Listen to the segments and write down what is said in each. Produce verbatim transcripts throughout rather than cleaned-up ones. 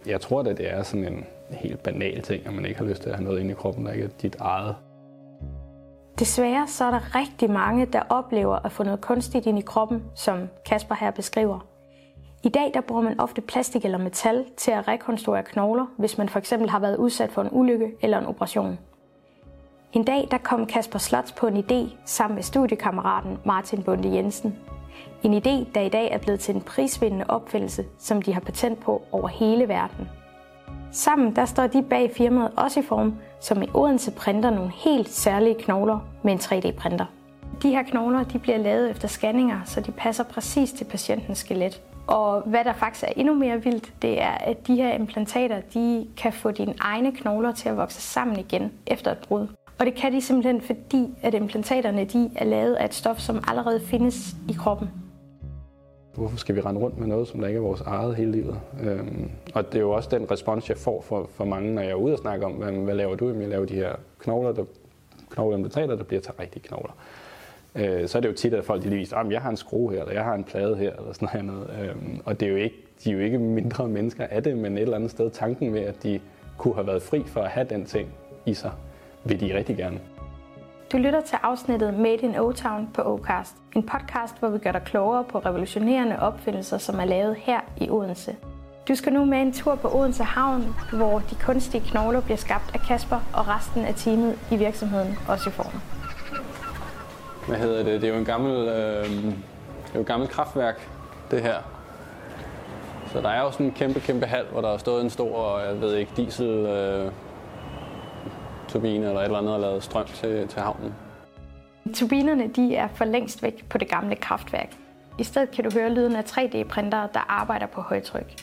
Jeg tror, at det er sådan en helt banal ting, at man ikke har lyst til at have noget inde i kroppen, der ikke er dit eget. Desværre så er der rigtig mange, der oplever at få noget kunstigt ind i kroppen, som Kasper her beskriver. I dag der bruger man ofte plastik eller metal til at rekonstruere knogler, hvis man for eksempel har været udsat for en ulykke eller en operation. En dag der kom Kasper Slots på en idé sammen med studiekammeraten Martin Bonde Jensen. En idé, der i dag er blevet til en prisvindende opfindelse, som de har patent på over hele verden. Sammen der står de bag firmaet Ossiform, som i Odense printer nogle helt særlige knogler med en tre D-printer. De her knogler de bliver lavet efter scanninger, så de passer præcis til patientens skelet. Og hvad der faktisk er endnu mere vildt, det er, at de her implantater de kan få dine egne knogler til at vokse sammen igen efter et brud. Og det kan de simpelthen fordi, at implantaterne de er lavet af et stof, som allerede findes i kroppen. Hvorfor skal vi rende rundt med noget, som der ikke er vores eget hele livet? Øhm, og det er jo også den respons, jeg får for, for mange, når jeg er ude og snakke om, hvad, hvad laver du? Jamen, jeg laver de her knogler, der, knogleimplantater, der bliver til rigtige knogler. Øh, så er det jo tit, at folk de lige viser, at jeg har en skrue her, eller jeg har en plade her, eller sådan noget. Øhm, og det er jo ikke, de er jo ikke mindre mennesker af det, men et eller andet sted tanken ved, at de kunne have været fri for at have den ting i sig, vil de rigtig gerne. Du lytter til afsnittet Made in O-Town på Ocast. En podcast, hvor vi gør dig klogere på revolutionerende opfindelser, som er lavet her i Odense. Du skal nu med en tur på Odense Havn, hvor de kunstige knogler bliver skabt af Kasper og resten af teamet i virksomheden Ossiform. Hvad hedder det? Det er jo en gammel, øh, det er jo et gammelt kraftværk, det her. Så der er jo sådan en kæmpe, kæmpe hal, hvor der er stået en stor, jeg ved ikke, diesel... Øh, turbine eller et eller andet og lavet strøm til, til havnen. Turbinerne de er for længst væk på det gamle kraftværk. I stedet kan du høre lyden af tre D-printere, der arbejder på højtryk.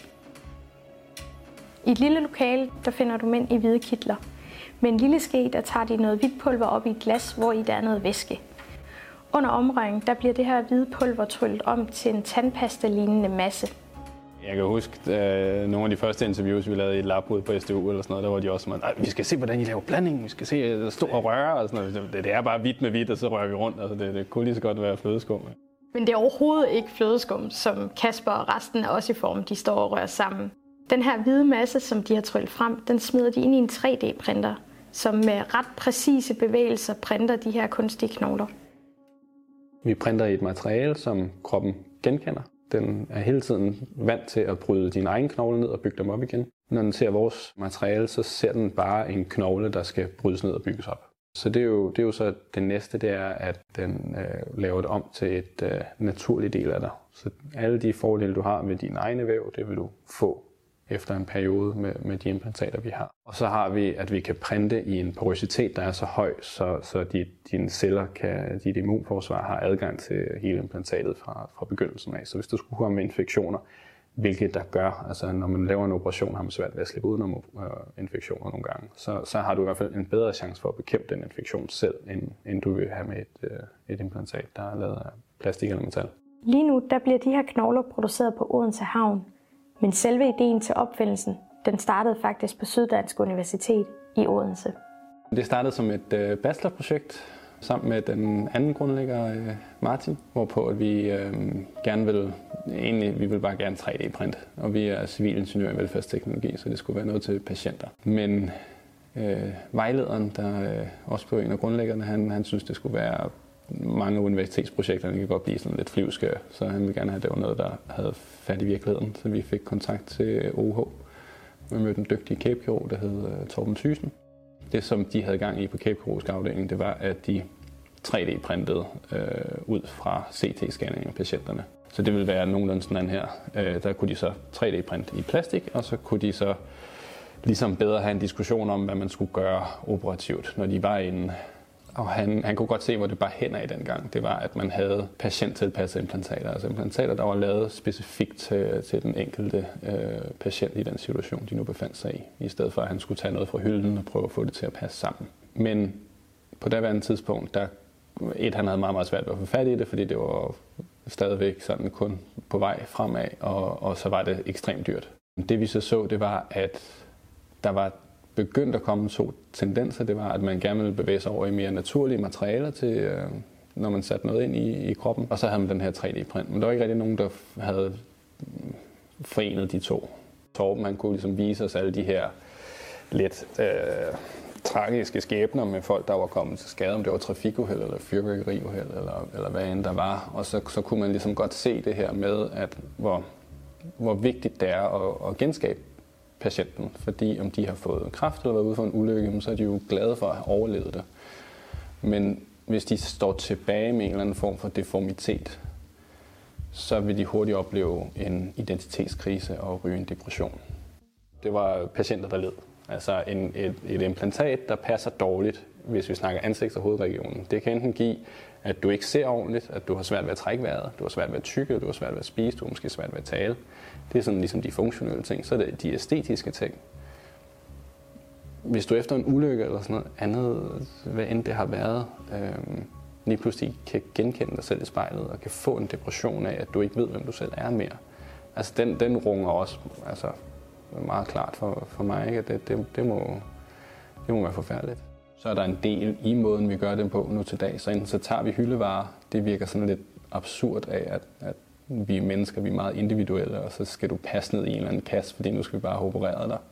I et lille lokale der finder du mænd i hvide kitler. Med en lille ske der tager de noget hvidt pulver op i et glas, hvor i der er noget væske. Under omrøring der bliver det her hvide pulver tryllet om til en tandpasta-lignende masse. Jeg kan huske øh, nogle af de første interviews, vi lavede i et lab ude på S D U eller sådan noget, der var de også sådan, vi skal se, hvordan I laver blanding, vi skal se, der står og røre og sådan noget. Det, det er bare hvidt med hvidt, og så rører vi rundt. Altså, det, det kunne lige så godt være flødeskum. Men det er overhovedet ikke flødeskum, som Kasper og resten af Ossiform, de står og rører sammen. Den her hvide masse, som de har tryllet frem, den smider de ind i en tre D-printer, som med ret præcise bevægelser printer de her kunstige knogler. Vi printer i et materiale, som kroppen genkender. Den er hele tiden vant til at bryde dine egne knogler ned og bygge dem op igen. Når den ser vores materiale, så ser den bare en knogle, der skal brydes ned og bygges op. Så det er jo, det er jo så det næste, det er, at den øh, laver det om til et øh, naturligt del af dig. Så alle de fordele, du har med dine egne væv, det vil du få efter en periode med, med de implantater, vi har. Og så har vi, at vi kan printe i en porøsitet, der er så høj, så, så de, dine celler, kan, dit immunforsvar, har adgang til hele implantatet fra, fra begyndelsen af. Så hvis du skulle komme med infektioner, hvilket der gør, altså når man laver en operation, har man svært ved at slippe udenom øh, infektioner nogle gange, så, så har du i hvert fald en bedre chance for at bekæmpe den infektion selv, end, end du vil have med et, øh, et implantat, der er lavet af plastik eller metal. Lige nu der bliver de her knogler produceret på Odense Havn. Men selve ideen til opfindelsen, den startede faktisk på Syddansk Universitet i Odense. Det startede som et øh, bachelorprojekt sammen med den anden grundlægger, øh, Martin, hvorpå at vi øh, gerne ville, egentlig, vi ville bare gerne tre D-print, og vi er civilingeniør i velfærdsteknologi, så det skulle være noget til patienter. Men øh, vejlederen, der øh, også blev en af grundlæggerne, han, han synes, det skulle være mange universitetsprojekter, kan godt blive sådan lidt flyvske, så han ville gerne have, at det var noget, der havde fat i virkeligheden. Så vi fik kontakt til O H. Vi mødte en dygtig kæbekirurg, der hed uh, Torben Thyssen. Det, som de havde gang i på kæbekirurgisk afdeling, det var, at de tre D-printede øh, ud fra C T-scanning af patienterne. Så det ville være nogenlunde sådan her. Øh, der kunne de så tre D-printe i plastik, og så kunne de så ligesom bedre have en diskussion om, hvad man skulle gøre operativt, når de var inde. Og han, han kunne godt se, hvor det bare hen af dengang. Det var, at man havde patienttilpassede implantater. Altså implantater, der var lavet specifikt til, til den enkelte øh, patient i den situation, de nu befandt sig i. I stedet for, at han skulle tage noget fra hylden og prøve at få det til at passe sammen. Men på daværende tidspunkt, der et, han havde meget, meget svært ved at få fat i det, fordi det var stadigvæk sådan kun på vej fremad, og, og så var det ekstremt dyrt. Det vi så så, det var, at der var begyndt at komme to tendenser. Det var, at man gerne ville bevæge sig over i mere naturlige materialer, til, øh, når man satte noget ind i, i kroppen. Og så havde man den her tre D-print. Men der var ikke rigtig nogen, der havde forenet de to. Torben han kunne ligesom vise os alle de her lidt øh, tragiske skæbner med folk, der var kommet til skade, om det var trafikuheld eller fyrværkeriuheld eller, eller hvad end der var. Og så, så kunne man ligesom godt se det her med, at hvor, hvor vigtigt det er at, at genskabe patienten. Fordi om de har fået kræft eller været ude for en ulykke, så er de jo glade for at have overlevet det. Men hvis de står tilbage med en eller anden form for deformitet, så vil de hurtigt opleve en identitetskrise og ryge en depression. Det var patienter, der led. Altså en, et, et implantat, der passer dårligt, hvis vi snakker ansigts- og hovedregionen. Det kan enten give, at du ikke ser ordentligt, at du har svært ved at trække vejret, du har svært ved at tykke, du har svært ved at spise, du har måske svært ved at tale. Det er sådan ligesom de funktionelle ting. Så er det de æstetiske ting. Hvis du efter en ulykke eller sådan noget andet, hvad end det har været, øhm, lige pludselig kan genkende dig selv i spejlet og kan få en depression af, at du ikke ved, hvem du selv er mere. Altså den, den runger også altså, meget klart for, for mig, ikke? At det, det, det, må, det må være forfærdeligt. Så er der en del i måden, vi gør det på nu til dag. Så enten så tager vi hyldevarer. Det virker sådan lidt absurd af, at, at vi er mennesker, vi er meget individuelle, og så skal du passe ned i en eller anden kasse, fordi nu skal vi bare have opereret dig.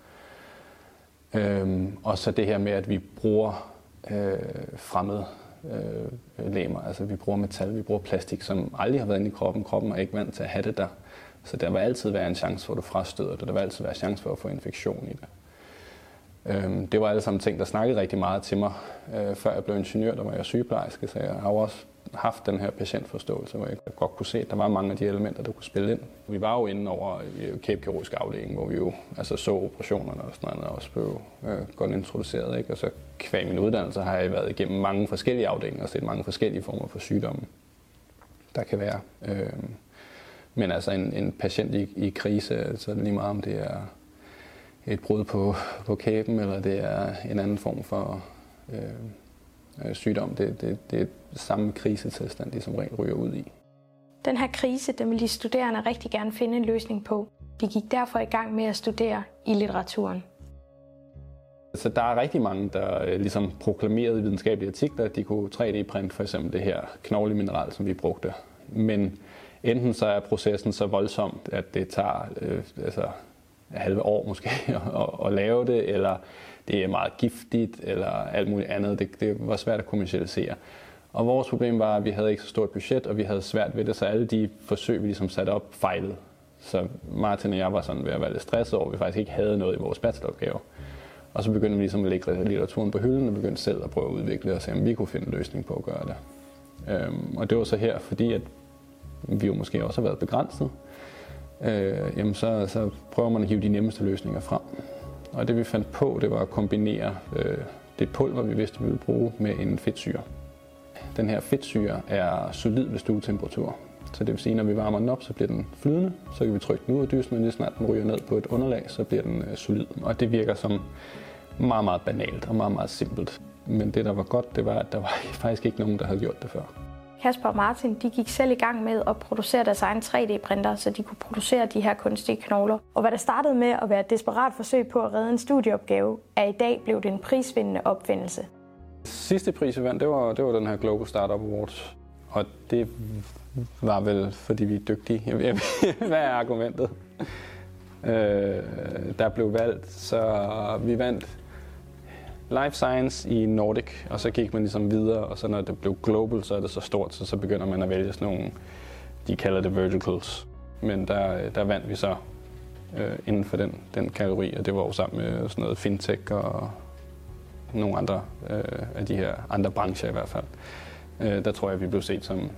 Øhm, og så det her med, at vi bruger øh, fremmede øh, legemer. Altså vi bruger metal, vi bruger plastik, som aldrig har været inde i kroppen. Kroppen er ikke vant til at have det der. Så der vil altid være en chance for, at du frastøder det. Der vil altid være en chance for at få infektion i det. Øhm, det var alle sammen ting, der snakkede rigtig meget til mig. Øh, før jeg blev ingeniør, der var jeg sygeplejerske, så jeg har jo også haft den her patientforståelse, hvor jeg godt kunne se, at der var mange af de elementer, der kunne spille ind. Vi var jo inde over kæbekirurgisk afdeling, hvor vi jo altså så operationerne og sådan noget, og også blev øh, godt introduceret. Ikke? Og så kvæg min uddannelse har jeg været igennem mange forskellige afdelinger og set mange forskellige former for sygdomme, der kan være. Øh, men altså en, en patient i, i krise, så er det lige meget om det er et brud på, på kæben, eller det er en anden form for øh, sygdom. Det, det, det er samme krisetilstand, de som regel ryger ud i. Den her krise, den vil de studerende rigtig gerne finde en løsning på. De gik derfor i gang med at studere i litteraturen. Så der er rigtig mange, der øh, ligesom proklamerede i videnskabelige artikler, at de kunne tre D-printe for eksempel det her knoglemineral, som vi brugte. Men enten så er processen så voldsom, at det tager øh, altså, halve år måske at, at lave det, eller det er meget giftigt, eller alt muligt andet. Det, det var svært at kommercialisere. Og vores problem var, at vi havde ikke så stort budget, og vi havde svært ved det, så alle de forsøg, vi ligesom satte op, fejlede. Så Martin og jeg var sådan ved at være lidt stresset over, at vi faktisk ikke havde noget i vores bacheloropgave. Og så begyndte vi ligesom at lægge litteraturen på hylden, og begyndte selv at prøve at udvikle og se, om vi kunne finde en løsning på at gøre det. Øhm, og det var så her, fordi at vi jo måske også har været begrænset, øh, jamen så, så prøver man at hive de nemmeste løsninger frem. Og det vi fandt på, det var at kombinere øh, det pulver, vi vidste, vi ville bruge, med en fedtsyre. Den her fedtsyre er solid ved stuetemperatur. Så det vil sige, at når vi varmer den op, så bliver den flydende. Så kan vi trykke den ud af dysen, og lige snart den ryger ned på et underlag, så bliver den øh, solid. Og det virker som meget, meget banalt og meget, meget simpelt. Men det, der var godt, det var, at der var faktisk ikke nogen, der havde gjort det før. Kasper og Martin de gik selv i gang med at producere deres egen tre D-printer, så de kunne producere de her kunstige knogler. Og hvad der startede med at være et desperat forsøg på at redde en studieopgave, er i dag blevet en prisvindende opfindelse. Sidste pris, vi vandt, det var, det var den her Global Startup Awards. Og det var vel, fordi vi er dygtige. Hvad er argumentet? Øh, der blev valgt, så vi vandt Life Science i Nordic, og så gik man ligesom videre, og så når det blev global, så er det så stort, så, så begynder man at vælge sådan nogle, de kalder det verticals. Men der, der vandt vi så øh, inden for den, den kategori, og det var jo sammen med sådan noget fintech og nogle andre øh, af de her andre brancher i hvert fald. Øh, der tror jeg, vi blev set som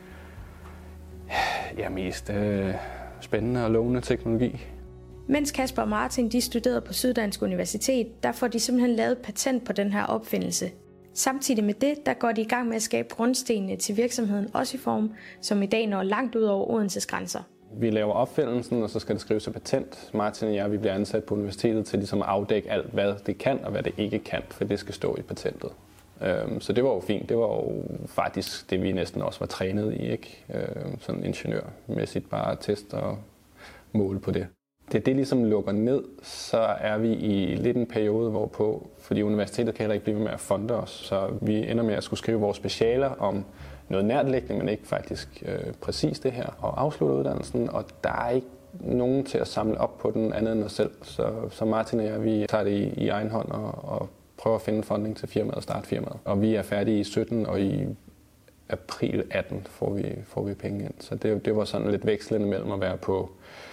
ja, mest øh, spændende og lovende teknologi. Mens Kasper og Martin de studerede på Syddansk Universitet, der får de simpelthen lavet patent på den her opfindelse. Samtidig med det, der går de i gang med at skabe grundstenene til virksomheden Ossiform, som i dag når langt ud over Odenses grænser. Vi laver opfindelsen, og så skal det skrives et patent. Martin og jeg vi bliver ansat på universitetet til ligesom at afdække alt, hvad det kan og hvad det ikke kan, for det skal stå i patentet. Så det var jo fint. Det var jo faktisk det, vi næsten også var trænet i, ikke? Sådan ingeniørmæssigt bare test og måle på det. Det det ligesom lukker ned, så er vi i lidt en periode, hvorpå, fordi universitetet kan heller ikke blive med at fonde os, så vi ender med at skulle skrive vores specialer om noget nærtliggende, men ikke faktisk øh, præcis det her, og afslutte uddannelsen, og der er ikke nogen til at samle op på den andet end os selv. Så, så Martin og jeg, vi tager det i, i egen hånd og, og prøver at finde funding til firmaet og starte firmaet. Og vi er færdige i sytten, og i april atten får vi, får vi penge ind. Så det, det var sådan lidt vekslende mellem at være på,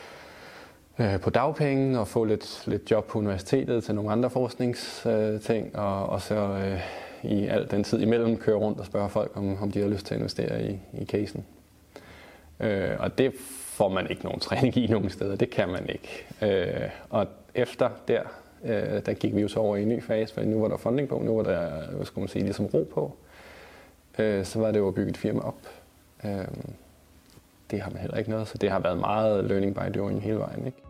øh, på dagpenge og få lidt, lidt job på universitetet til nogle andre forskningsting, og, og så øh, i al den tid imellem køre rundt og spørge folk, om, om de har lyst til at investere i, i casen. Øh, og det får man ikke nogen træning i nogen steder. Det kan man ikke. Øh, og efter der, øh, der gik vi jo så over i en ny fase, for nu var der funding på, nu var der, hvad skal man sige, ligesom ro på. Øh, så var det jo at bygge et firma op. Øh, det har man heller ikke noget, så det har været meget learning by doing hele vejen, ikke?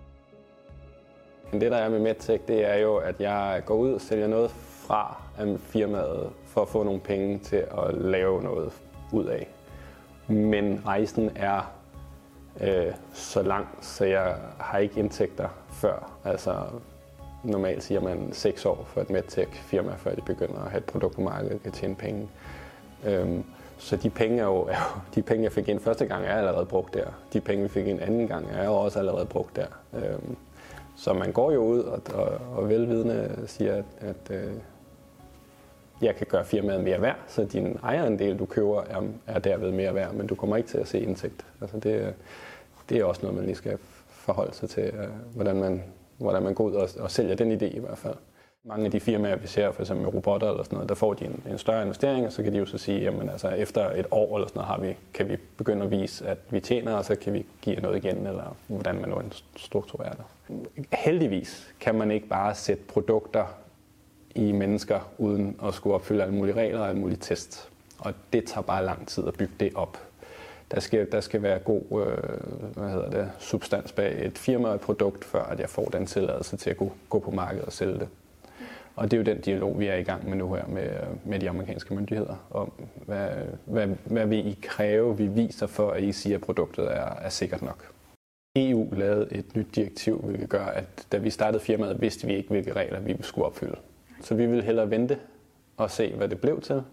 Men det der er med MedTech, det er jo, at jeg går ud og sælger noget fra af firmaet for at få nogle penge til at lave noget ud af. Men rejsen er øh, så lang, så jeg har ikke indtægter før. Altså normalt siger man seks år for et MedTech-firma, før de begynder at have et produkt på markedet og kan tjene penge. Øhm, så de penge, er jo, er jo, de penge, jeg fik ind første gang, er allerede brugt der. De penge, vi fik ind anden gang, er jo også allerede brugt der. Øhm, så man går jo ud og, og, og velvidende siger, at, at øh, jeg kan gøre firmaet mere værd, så din ejerandel, du køber, er, er derved mere værd, men du kommer ikke til at se indtægt. Altså det, det er også noget, man lige skal forholde sig til, øh, hvordan, man, hvordan man går ud og, og sælger den idé i hvert fald. Mange af de firmaer, vi ser, for eksempel med robotter eller sådan noget, der får de en, en større investering, og så kan de jo så sige, jamen altså efter et år eller sådan noget, har vi, kan vi begynde at vise, at vi tjener, og så kan vi give noget igen, eller hvordan man nu strukturerer det. Heldigvis kan man ikke bare sætte produkter i mennesker, uden at skulle opfylde alle mulige regler og alle mulige tests. Og det tager bare lang tid at bygge det op. Der skal, der skal være god øh, hvad hedder det, substans bag et firma og et produkt, før at jeg får den tilladelse til at gå, gå på markedet og sælge det. Og det er jo den dialog, vi er i gang med nu her med, med de amerikanske myndigheder, om hvad, hvad, hvad vil I kræve, vi viser for, at I siger, at produktet er, er sikkert nok. E U lavede et nyt direktiv, hvilket gør, at da vi startede firmaet, vidste vi ikke, hvilke regler vi skulle opfylde. Så vi ville hellere vente og se, hvad det blev til.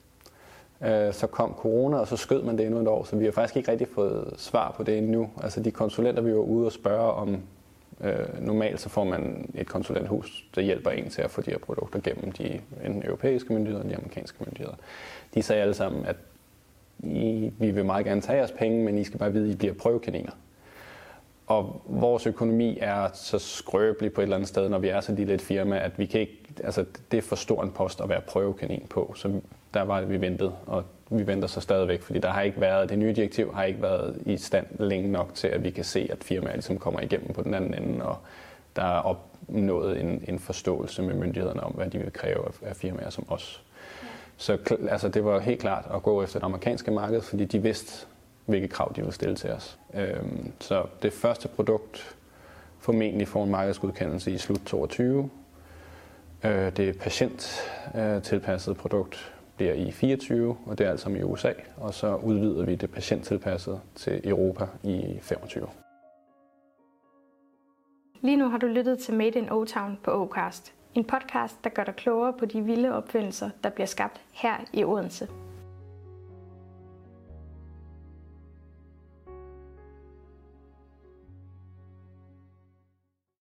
Så kom corona, og så skød man det endnu et år, så vi har faktisk ikke rigtig fået svar på det endnu. Altså de konsulenter, vi var ude og spørge om, øh, normalt så får man et konsulenthus, der hjælper en til at få de her produkter gennem de enten europæiske myndigheder eller de amerikanske myndigheder. De sagde alle sammen, at I, vi vil meget gerne tage jeres penge, men I skal bare vide, at I bliver prøvekaniner. Og vores økonomi er så skrøbelig på et eller andet sted, når vi er så lille et firma, at vi kan ikke, altså det er for stor en post at være prøvekanin på. Så der var det, vi ventede, og vi venter så stadigvæk, fordi der har ikke været, det nye direktiv har ikke været i stand længe nok til, at vi kan se, at firmaer ligesom kommer igennem på den anden ende, og der er opnået en, en forståelse med myndighederne om, hvad de vil kræve af firmaer som os. Så altså, det var helt klart at gå efter det amerikanske marked, fordi de vidste, hvilke krav de vil stille til os. Øhm, så det første produkt formentlig får en markedsgodkendelse i slut toogtyve. Øh, det patienttilpassede produkt bliver i fireogtyve, og det er altså i U S A. Og så udvider vi det patienttilpassede til Europa i femogtyve. Lige nu har du lyttet til Made in O-Town på Ocast. En podcast, der gør dig klogere på de vilde opfindelser, der bliver skabt her i Odense.